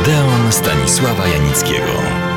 Odeon Stanisława Janickiego.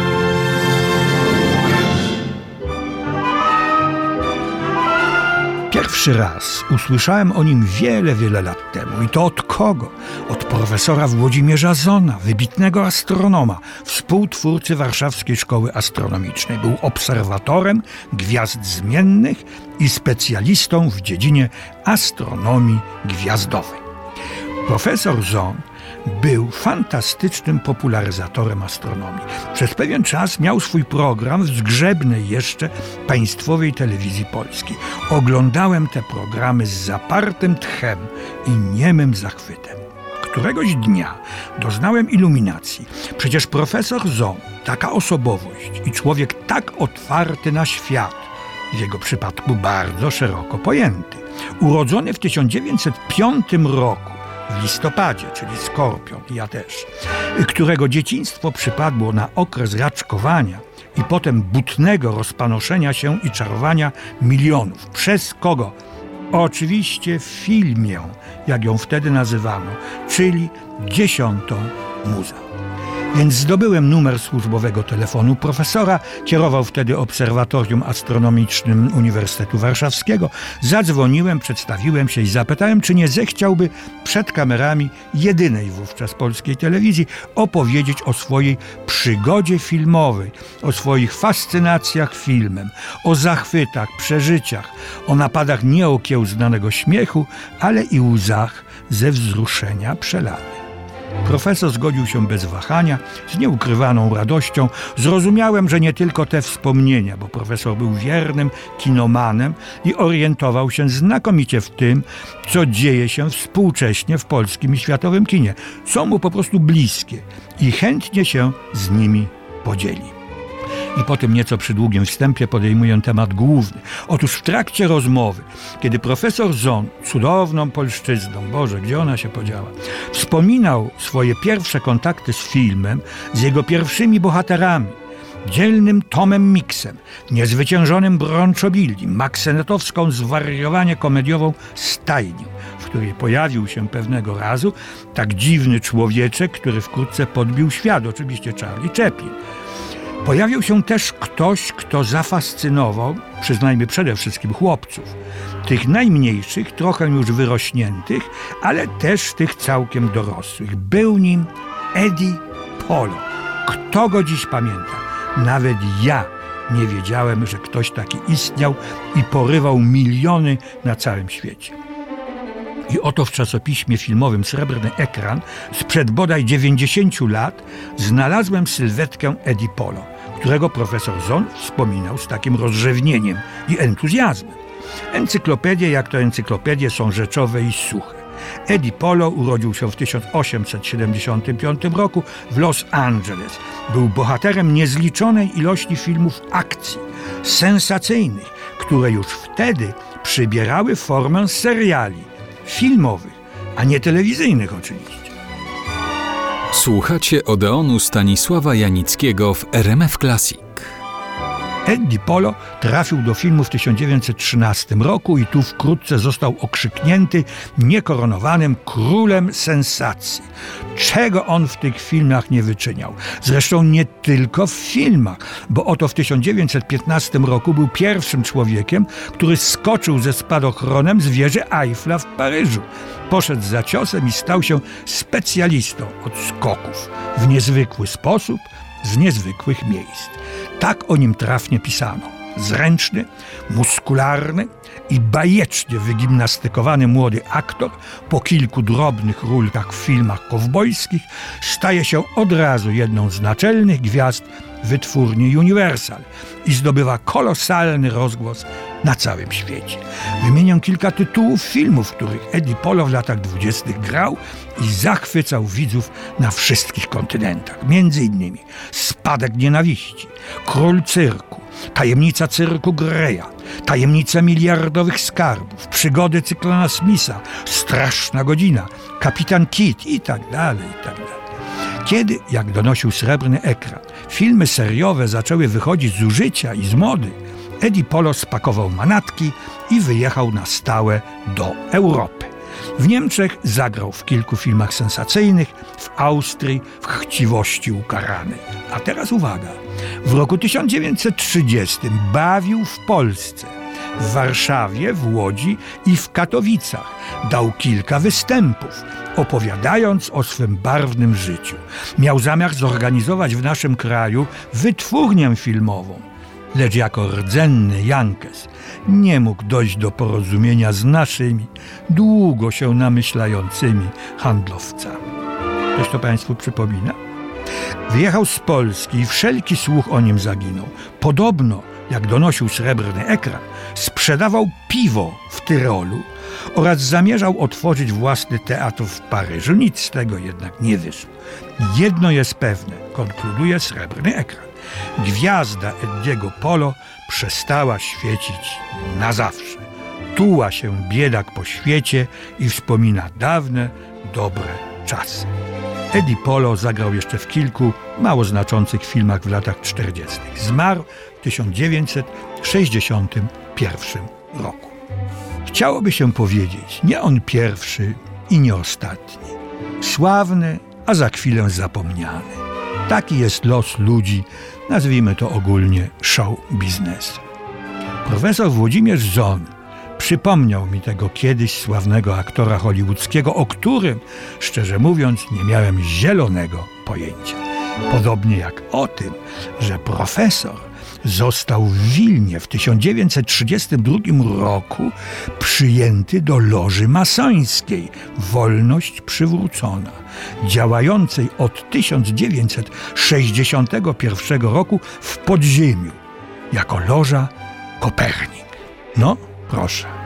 Pierwszy raz usłyszałem o nim wiele lat temu. I to od kogo? Od profesora Włodzimierza Zona, wybitnego astronoma, współtwórcy Warszawskiej Szkoły Astronomicznej. Był obserwatorem gwiazd zmiennych i specjalistą w dziedzinie astronomii gwiazdowej. Profesor Zon był fantastycznym popularyzatorem astronomii. Przez pewien czas miał swój program w zgrzebnej jeszcze Państwowej Telewizji Polskiej. Oglądałem te programy z zapartym tchem i niemym zachwytem. Któregoś dnia doznałem iluminacji. Przecież profesor Zon, taka osobowość i człowiek tak otwarty na świat, w jego przypadku bardzo szeroko pojęty. Urodzony w 1905 roku, w listopadzie, czyli Skorpion, ja też, którego dzieciństwo przypadło na okres raczkowania i potem butnego rozpanoszenia się i czarowania milionów. Przez kogo? Oczywiście filmię, jak ją wtedy nazywano, czyli 10. muzę. Więc zdobyłem numer służbowego telefonu profesora, kierował wtedy Obserwatorium Astronomicznym Uniwersytetu Warszawskiego. Zadzwoniłem, przedstawiłem się i zapytałem, czy nie zechciałby przed kamerami jedynej wówczas polskiej telewizji opowiedzieć o swojej przygodzie filmowej, o swoich fascynacjach filmem, o zachwytach, przeżyciach, o napadach nieokiełznanego śmiechu, ale i łzach ze wzruszenia przelanych. Profesor zgodził się bez wahania, z nieukrywaną radością. Zrozumiałem, że nie tylko te wspomnienia, bo profesor był wiernym kinomanem i orientował się znakomicie w tym, co dzieje się współcześnie w polskim i światowym kinie. Są mu po prostu bliskie i chętnie się z nimi podzieli. I po tym nieco przydługim wstępie podejmuję temat główny. Otóż w trakcie rozmowy, kiedy profesor Zon, cudowną polszczyzną, Boże, gdzie ona się podziała, wspominał swoje pierwsze kontakty z filmem, z jego pierwszymi bohaterami, dzielnym Tomem Miksem, niezwyciężonym Broncho Billim, maksenetowską zwariowanie komediową Stajnią, w której pojawił się pewnego razu tak dziwny człowieczek, który wkrótce podbił świat, oczywiście Charlie Chaplin. Pojawił się też ktoś, kto zafascynował, przyznajmy przede wszystkim chłopców, tych najmniejszych, trochę już wyrośniętych, ale też tych całkiem dorosłych. Był nim Eddie Polo. Kto go dziś pamięta? Nawet ja nie wiedziałem, że ktoś taki istniał i porywał miliony na całym świecie. I oto w czasopiśmie filmowym Srebrny Ekran sprzed bodaj 90 lat znalazłem sylwetkę Eddie Polo, którego profesor Zon wspominał z takim rozrzewnieniem i entuzjazmem. Encyklopedie, jak to encyklopedie, są rzeczowe i suche. Eddie Polo urodził się w 1875 roku w Los Angeles. Był bohaterem niezliczonej ilości filmów akcji, sensacyjnych, które już wtedy przybierały formę seriali filmowych, a nie telewizyjnych oczywiście. Słuchacie Odeonu Stanisława Janickiego w RMF Classic. Eddie Polo trafił do filmu w 1913 roku i tu wkrótce został okrzyknięty niekoronowanym królem sensacji. Czego on w tych filmach nie wyczyniał? Zresztą nie tylko w filmach, bo oto w 1915 roku był pierwszym człowiekiem, który skoczył ze spadochronem z wieży Eiffla w Paryżu. Poszedł za ciosem i stał się specjalistą od skoków w niezwykły sposób, z niezwykłych miejsc. Tak o nim trafnie pisano. Zręczny, muskularny i bajecznie wygimnastykowany młody aktor po kilku drobnych rólkach w filmach kowbojskich staje się od razu jedną z naczelnych gwiazd wytwórni Universal i zdobywa kolosalny rozgłos na całym świecie. Wymienię kilka tytułów filmów, w których Eddie Polo w latach 20. grał i zachwycał widzów na wszystkich kontynentach. Między innymi Spadek nienawiści, Król cyrku, Tajemnica cyrku Greya, Tajemnica miliardowych skarbów, Przygody Cyklona Smitha, Straszna godzina, Kapitan Kidd i tak dalej, i tak dalej. Kiedy, jak donosił Srebrny Ekran, filmy seriowe zaczęły wychodzić z użycia i z mody, Eddie Polo spakował manatki i wyjechał na stałe do Europy. W Niemczech zagrał w kilku filmach sensacyjnych, w Austrii w Chciwości ukarany. A teraz uwaga, w roku 1930 bawił w Polsce, w Warszawie, w Łodzi i w Katowicach. Dał kilka występów, opowiadając o swym barwnym życiu. Miał zamiar zorganizować w naszym kraju wytwórnię filmową. Lecz jako rdzenny Jankes nie mógł dojść do porozumienia z naszymi, długo się namyślającymi handlowcami. Coś to Państwu przypomina? Wyjechał z Polski i wszelki słuch o nim zaginął. Podobno, jak donosił Srebrny Ekran, sprzedawał piwo w Tyrolu oraz zamierzał otworzyć własny teatr w Paryżu. Nic z tego jednak nie wyszło. Jedno jest pewne, konkluduje Srebrny Ekran. Gwiazda Eddiego Polo przestała świecić na zawsze. Tuła się biedak po świecie i wspomina dawne, dobre czasy. Eddie Polo zagrał jeszcze w kilku mało znaczących filmach w latach 40. Zmarł w 1961 roku. Chciałoby się powiedzieć, nie on pierwszy i nie ostatni. Sławny, a za chwilę zapomniany. Taki jest los ludzi, nazwijmy to ogólnie show biznesu. Profesor Włodzimierz Zon przypomniał mi tego kiedyś sławnego aktora hollywoodzkiego, o którym, szczerze mówiąc, nie miałem zielonego pojęcia. Podobnie jak o tym, że profesor został w Wilnie w 1932 roku przyjęty do loży masońskiej Wolność Przywrócona, działającej od 1961 roku w podziemiu jako loża Kopernik. No, proszę.